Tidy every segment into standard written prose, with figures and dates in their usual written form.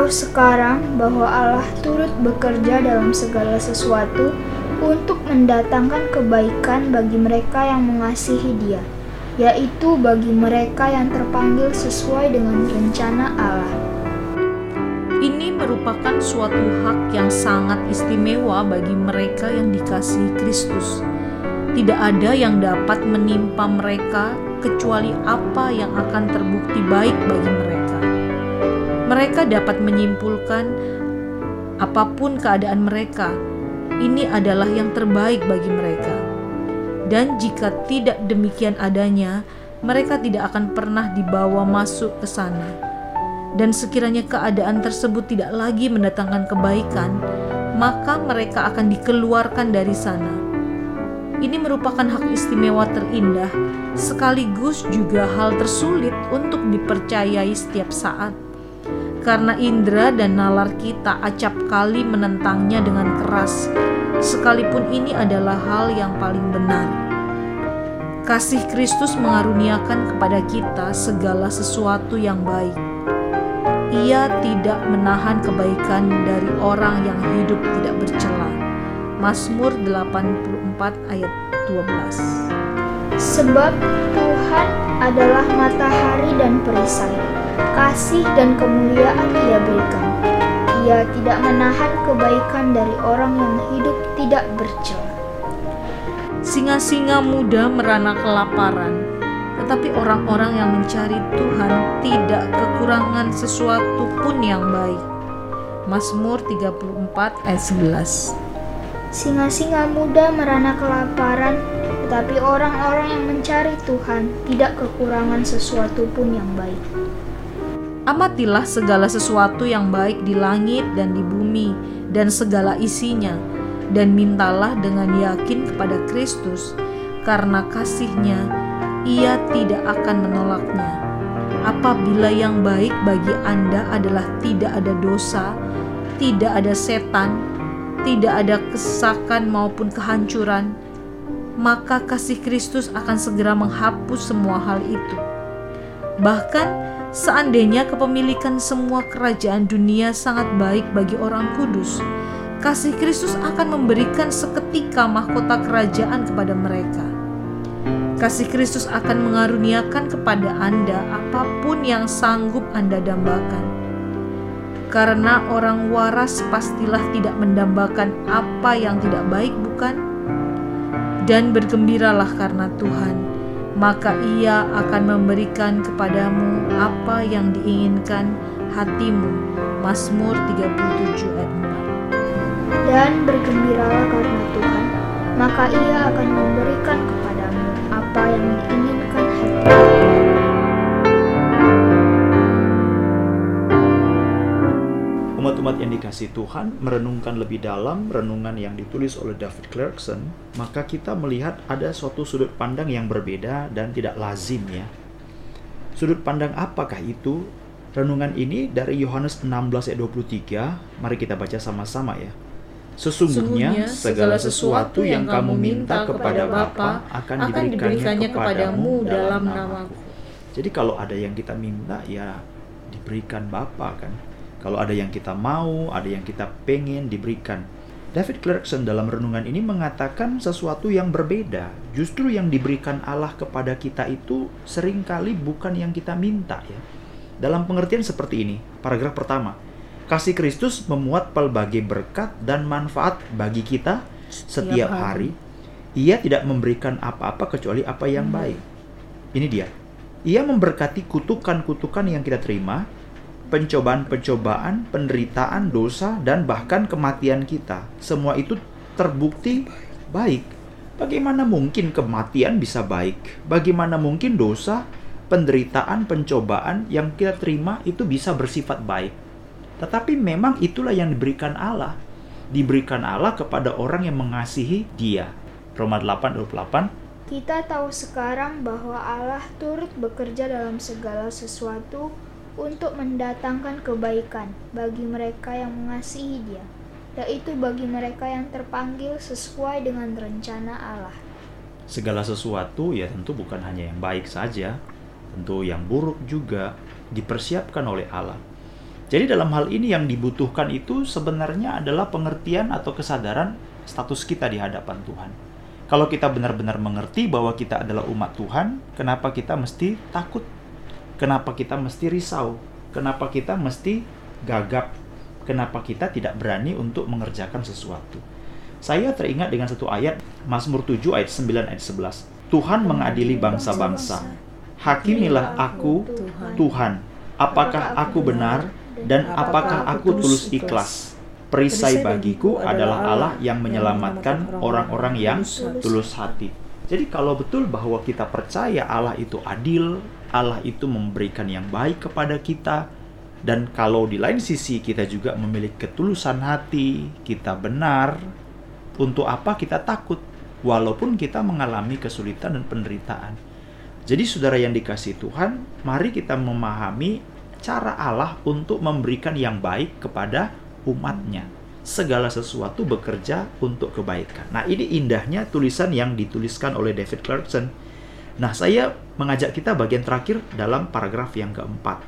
sekarang bahwa Allah turut bekerja dalam segala sesuatu untuk mendatangkan kebaikan bagi mereka yang mengasihi Dia, yaitu bagi mereka yang terpanggil sesuai dengan rencana Allah. Ini merupakan suatu hak yang sangat istimewa bagi mereka yang dikasihi Kristus. Tidak ada yang dapat menimpa mereka kecuali apa yang akan terbukti baik bagi mereka. Mereka dapat menyimpulkan apapun keadaan mereka, ini adalah yang terbaik bagi mereka. Dan jika tidak demikian adanya, mereka tidak akan pernah dibawa masuk ke sana. Dan sekiranya keadaan tersebut tidak lagi mendatangkan kebaikan, maka mereka akan dikeluarkan dari sana. Ini merupakan hak istimewa terindah, sekaligus juga hal tersulit untuk dipercayai setiap saat. Karena indera dan nalar kita acap kali menentangnya dengan keras, sekalipun ini adalah hal yang paling benar. Kasih Kristus mengaruniakan kepada kita segala sesuatu yang baik. Ia tidak menahan kebaikan dari orang yang hidup tidak bercela. Mazmur 84 ayat 12. Sebab Tuhan adalah matahari dan perisai, kasih dan kemuliaan Ia berikan. Ia tidak menahan kebaikan dari orang yang hidup tidak bercela. Singa-singa muda merana kelaparan, tetapi orang-orang yang mencari Tuhan tidak kekurangan sesuatu pun yang baik. Mazmur 34 ayat 11. Singa-singa muda merana kelaparan, tetapi orang-orang yang mencari Tuhan tidak kekurangan sesuatu pun yang baik. Amatilah segala sesuatu yang baik di langit dan di bumi dan segala isinya, dan mintalah dengan yakin kepada Kristus, karena kasih-Nya Ia tidak akan menolaknya. Apabila yang baik bagi Anda adalah tidak ada dosa, tidak ada setan, tidak ada kesesakan maupun kehancuran, maka kasih Kristus akan segera menghapus semua hal itu. Bahkan seandainya kepemilikan semua kerajaan dunia sangat baik bagi orang kudus, kasih Kristus akan memberikan seketika mahkota kerajaan kepada mereka. Kasih Kristus akan mengaruniakan kepada Anda apapun yang sanggup Anda dambakan. Karena orang waras pastilah tidak mendambakan apa yang tidak baik, bukan? Dan bergembiralah karena Tuhan, maka Ia akan memberikan kepadamu apa yang diinginkan hatimu. Mazmur 37 ayat 4. Dan bergembiralah karena Tuhan, maka Ia akan memberikan kepadamu apa yang diinginkan hatimu. Umat-umat yang dikasihi Tuhan, merenungkan lebih dalam renungan yang ditulis oleh David Clarkson, maka kita melihat ada suatu sudut pandang yang berbeda dan tidak lazim ya. Sudut pandang apakah itu? Renungan ini dari Yohanes 16 ayat 23, mari kita baca sama-sama ya. Sesungguhnya segala sesuatu yang kamu minta kepada Bapa akan diberikannya kepadamu dalam namaku. Jadi kalau ada yang kita minta ya diberikan Bapa kan. Kalau ada yang kita mau, ada yang kita pengen diberikan. David Clarkson dalam renungan ini mengatakan sesuatu yang berbeda. Justru yang diberikan Allah kepada kita itu seringkali bukan yang kita minta ya. Dalam pengertian seperti ini, paragraf pertama. Kasih Kristus memuat pelbagai berkat dan manfaat bagi kita setiap hari. Ia tidak memberikan apa-apa kecuali apa yang baik. Ini dia. Ia memberkati kutukan-kutukan yang kita terima, pencobaan-pencobaan, penderitaan, dosa, dan bahkan kematian kita. Semua itu terbukti baik. Bagaimana mungkin kematian bisa baik? Bagaimana mungkin dosa, penderitaan, pencobaan yang kita terima itu bisa bersifat baik? Tetapi memang itulah yang diberikan Allah. Diberikan Allah kepada orang yang mengasihi Dia. Roma 8:28. Kita tahu sekarang bahwa Allah turut bekerja dalam segala sesuatu untuk mendatangkan kebaikan bagi mereka yang mengasihi Dia, yaitu bagi mereka yang terpanggil sesuai dengan rencana Allah. Segala sesuatu ya tentu bukan hanya yang baik saja, tentu yang buruk juga dipersiapkan oleh Allah. Jadi dalam hal ini yang dibutuhkan itu sebenarnya adalah pengertian atau kesadaran status kita di hadapan Tuhan. Kalau kita benar-benar mengerti bahwa kita adalah umat Tuhan, kenapa kita mesti takut? Kenapa kita mesti risau? Kenapa kita mesti gagap? Kenapa kita tidak berani untuk mengerjakan sesuatu? Saya teringat dengan satu ayat, Mazmur 7 ayat 9 ayat 11. Tuhan mengadili bangsa-bangsa. Hakimilah aku, Tuhan. Apakah aku benar dan apakah aku tulus ikhlas? Perisai bagiku adalah Allah yang menyelamatkan orang-orang yang tulus hati. Jadi kalau betul bahwa kita percaya Allah itu adil, Allah itu memberikan yang baik kepada kita, dan kalau di lain sisi kita juga memiliki ketulusan hati, kita benar, untuk apa kita takut? Walaupun kita mengalami kesulitan dan penderitaan. Jadi saudara yang dikasihi Tuhan, mari kita memahami cara Allah untuk memberikan yang baik kepada umatnya. Segala sesuatu bekerja untuk kebaikan. Nah, ini indahnya tulisan yang dituliskan oleh David Clarkson. Nah, saya mengajak kita bagian terakhir dalam paragraf yang keempat.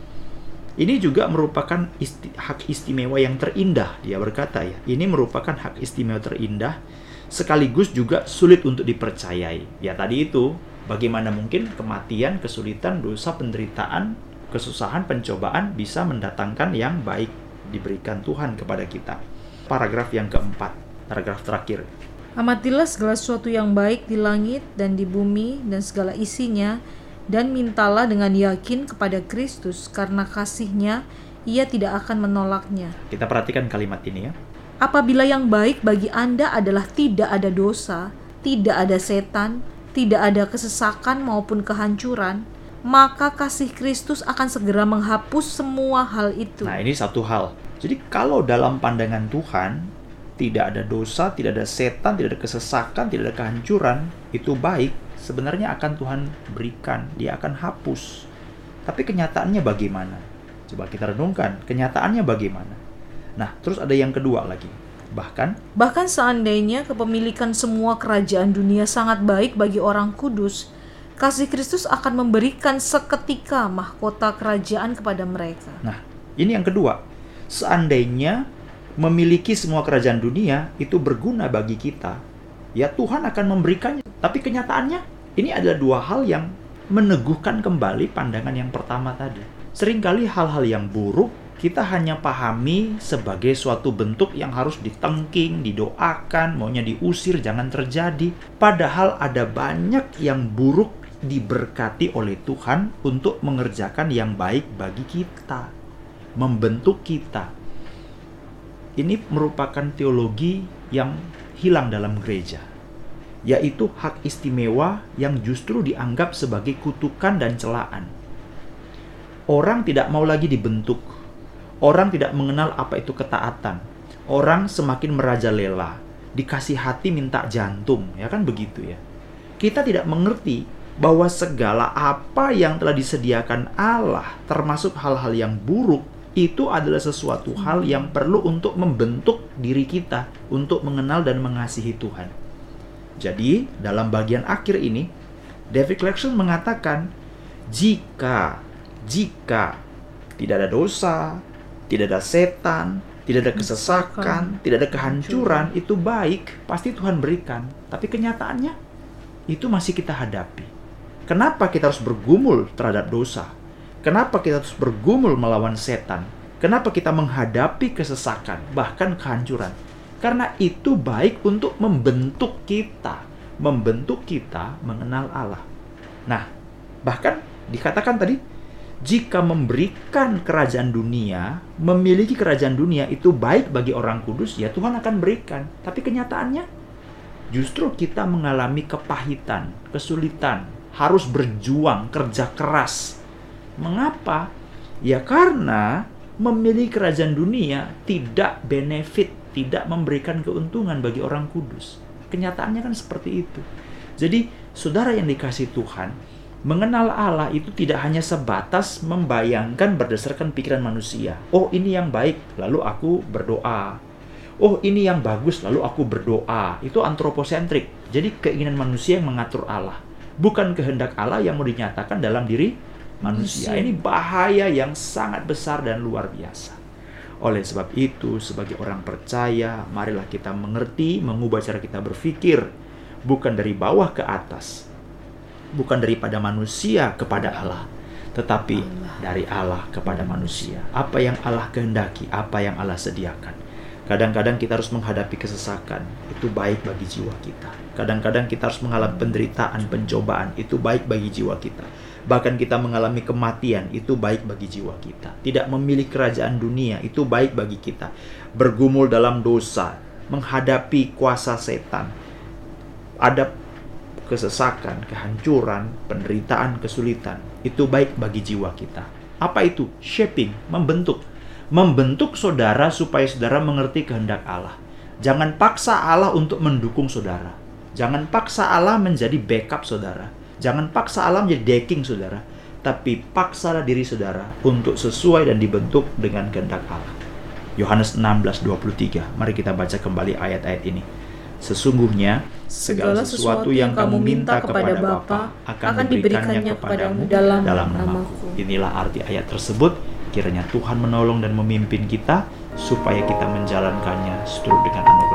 Ini juga merupakan hak istimewa yang terindah. Dia berkata ya, ini merupakan hak istimewa terindah, sekaligus juga sulit untuk dipercayai. Ya tadi itu, bagaimana mungkin kematian, kesulitan, dosa, penderitaan, kesusahan, pencobaan bisa mendatangkan yang baik diberikan Tuhan kepada kita. Paragraf yang keempat, paragraf terakhir. Amatilah segala sesuatu yang baik di langit dan di bumi dan segala isinya, dan mintalah dengan yakin kepada Kristus, karena kasih-Nya Ia tidak akan menolaknya. Kita perhatikan kalimat ini ya. Apabila yang baik bagi Anda adalah tidak ada dosa, tidak ada setan, tidak ada kesesakan maupun kehancuran, maka kasih Kristus akan segera menghapus semua hal itu. Nah, ini satu hal. Jadi kalau dalam pandangan Tuhan tidak ada dosa, tidak ada setan, tidak ada kesesakan, tidak ada kehancuran, itu baik, sebenarnya akan Tuhan berikan, Dia akan hapus. Tapi kenyataannya bagaimana? Coba kita renungkan, kenyataannya bagaimana? Nah, terus ada yang kedua lagi. Bahkan seandainya kepemilikan semua kerajaan dunia sangat baik bagi orang kudus, kasih Kristus akan memberikan seketika mahkota kerajaan kepada mereka. Nah, ini yang kedua. Seandainya memiliki semua kerajaan dunia itu berguna bagi kita, ya Tuhan akan memberikannya. Tapi kenyataannya, ini adalah dua hal yang meneguhkan kembali pandangan yang pertama tadi. Seringkali hal-hal yang buruk kita hanya pahami sebagai suatu bentuk yang harus ditengking, didoakan, maunya diusir, jangan terjadi. Padahal ada banyak yang buruk diberkati oleh Tuhan untuk mengerjakan yang baik bagi kita, membentuk kita. Ini merupakan teologi yang hilang dalam gereja, yaitu hak istimewa yang justru dianggap sebagai kutukan dan celaan. Orang tidak mau lagi dibentuk. Orang tidak mengenal apa itu ketaatan. Orang semakin merajalela, dikasih hati minta jantung, ya kan begitu ya. Kita tidak mengerti bahwa segala apa yang telah disediakan Allah, termasuk hal-hal yang buruk, itu adalah sesuatu hal yang perlu untuk membentuk diri kita, untuk mengenal dan mengasihi Tuhan. Jadi, dalam bagian akhir ini, David Clarkson mengatakan, jika tidak ada dosa, tidak ada setan, tidak ada kesesakan, tidak ada kehancuran, itu baik, pasti Tuhan berikan. Tapi kenyataannya, itu masih kita hadapi. Kenapa kita harus bergumul terhadap dosa? Kenapa kita harus bergumul melawan setan? Kenapa kita menghadapi kesesakan, bahkan kehancuran? Karena itu baik untuk membentuk kita mengenal Allah. Nah, bahkan dikatakan tadi, jika memberikan kerajaan dunia, memiliki kerajaan dunia itu baik bagi orang kudus, ya Tuhan akan berikan. Tapi kenyataannya, justru kita mengalami kepahitan, kesulitan, harus berjuang, kerja keras. Mengapa? Ya karena memiliki kerajaan dunia tidak benefit, tidak memberikan keuntungan bagi orang kudus. Kenyataannya kan seperti itu. Jadi, saudara yang dikasihi Tuhan, mengenal Allah itu tidak hanya sebatas membayangkan berdasarkan pikiran manusia. Oh, ini yang baik, lalu aku berdoa. Oh, ini yang bagus, lalu aku berdoa. Itu antroposentrik. Jadi keinginan manusia yang mengatur Allah. Bukan kehendak Allah yang mau dinyatakan dalam diri manusia. Ini bahaya yang sangat besar dan luar biasa. Oleh sebab itu, sebagai orang percaya, marilah kita mengerti, mengubah cara kita berpikir, bukan dari bawah ke atas, bukan daripada manusia kepada Allah, tetapi dari Allah kepada manusia. Apa yang Allah kehendaki, apa yang Allah sediakan. Kadang-kadang kita harus menghadapi kesesakan, itu baik bagi jiwa kita. Kadang-kadang kita harus mengalami penderitaan, pencobaan, itu baik bagi jiwa kita. Bahkan kita mengalami kematian, itu baik bagi jiwa kita. Tidak memilih kerajaan dunia, itu baik bagi kita. Bergumul dalam dosa, menghadapi kuasa setan, ada kesesakan, kehancuran, penderitaan, kesulitan, itu baik bagi jiwa kita. Apa itu? Shaping, membentuk saudara supaya saudara mengerti kehendak Allah. Jangan paksa Allah untuk mendukung saudara. Jangan paksa Allah menjadi backup saudara. Jangan paksa Allah menjadi backing saudara. Tapi paksalah diri saudara untuk sesuai dan dibentuk dengan kehendak Allah. Yohanes 16:23. Mari kita baca kembali ayat-ayat ini. Sesungguhnya segala sesuatu yang kamu minta kepada Bapa akan diberikannya kepadamu dalam namaku. Inilah arti ayat tersebut. Kiranya Tuhan menolong dan memimpin kita supaya kita menjalankannya seturut dengan anugerah.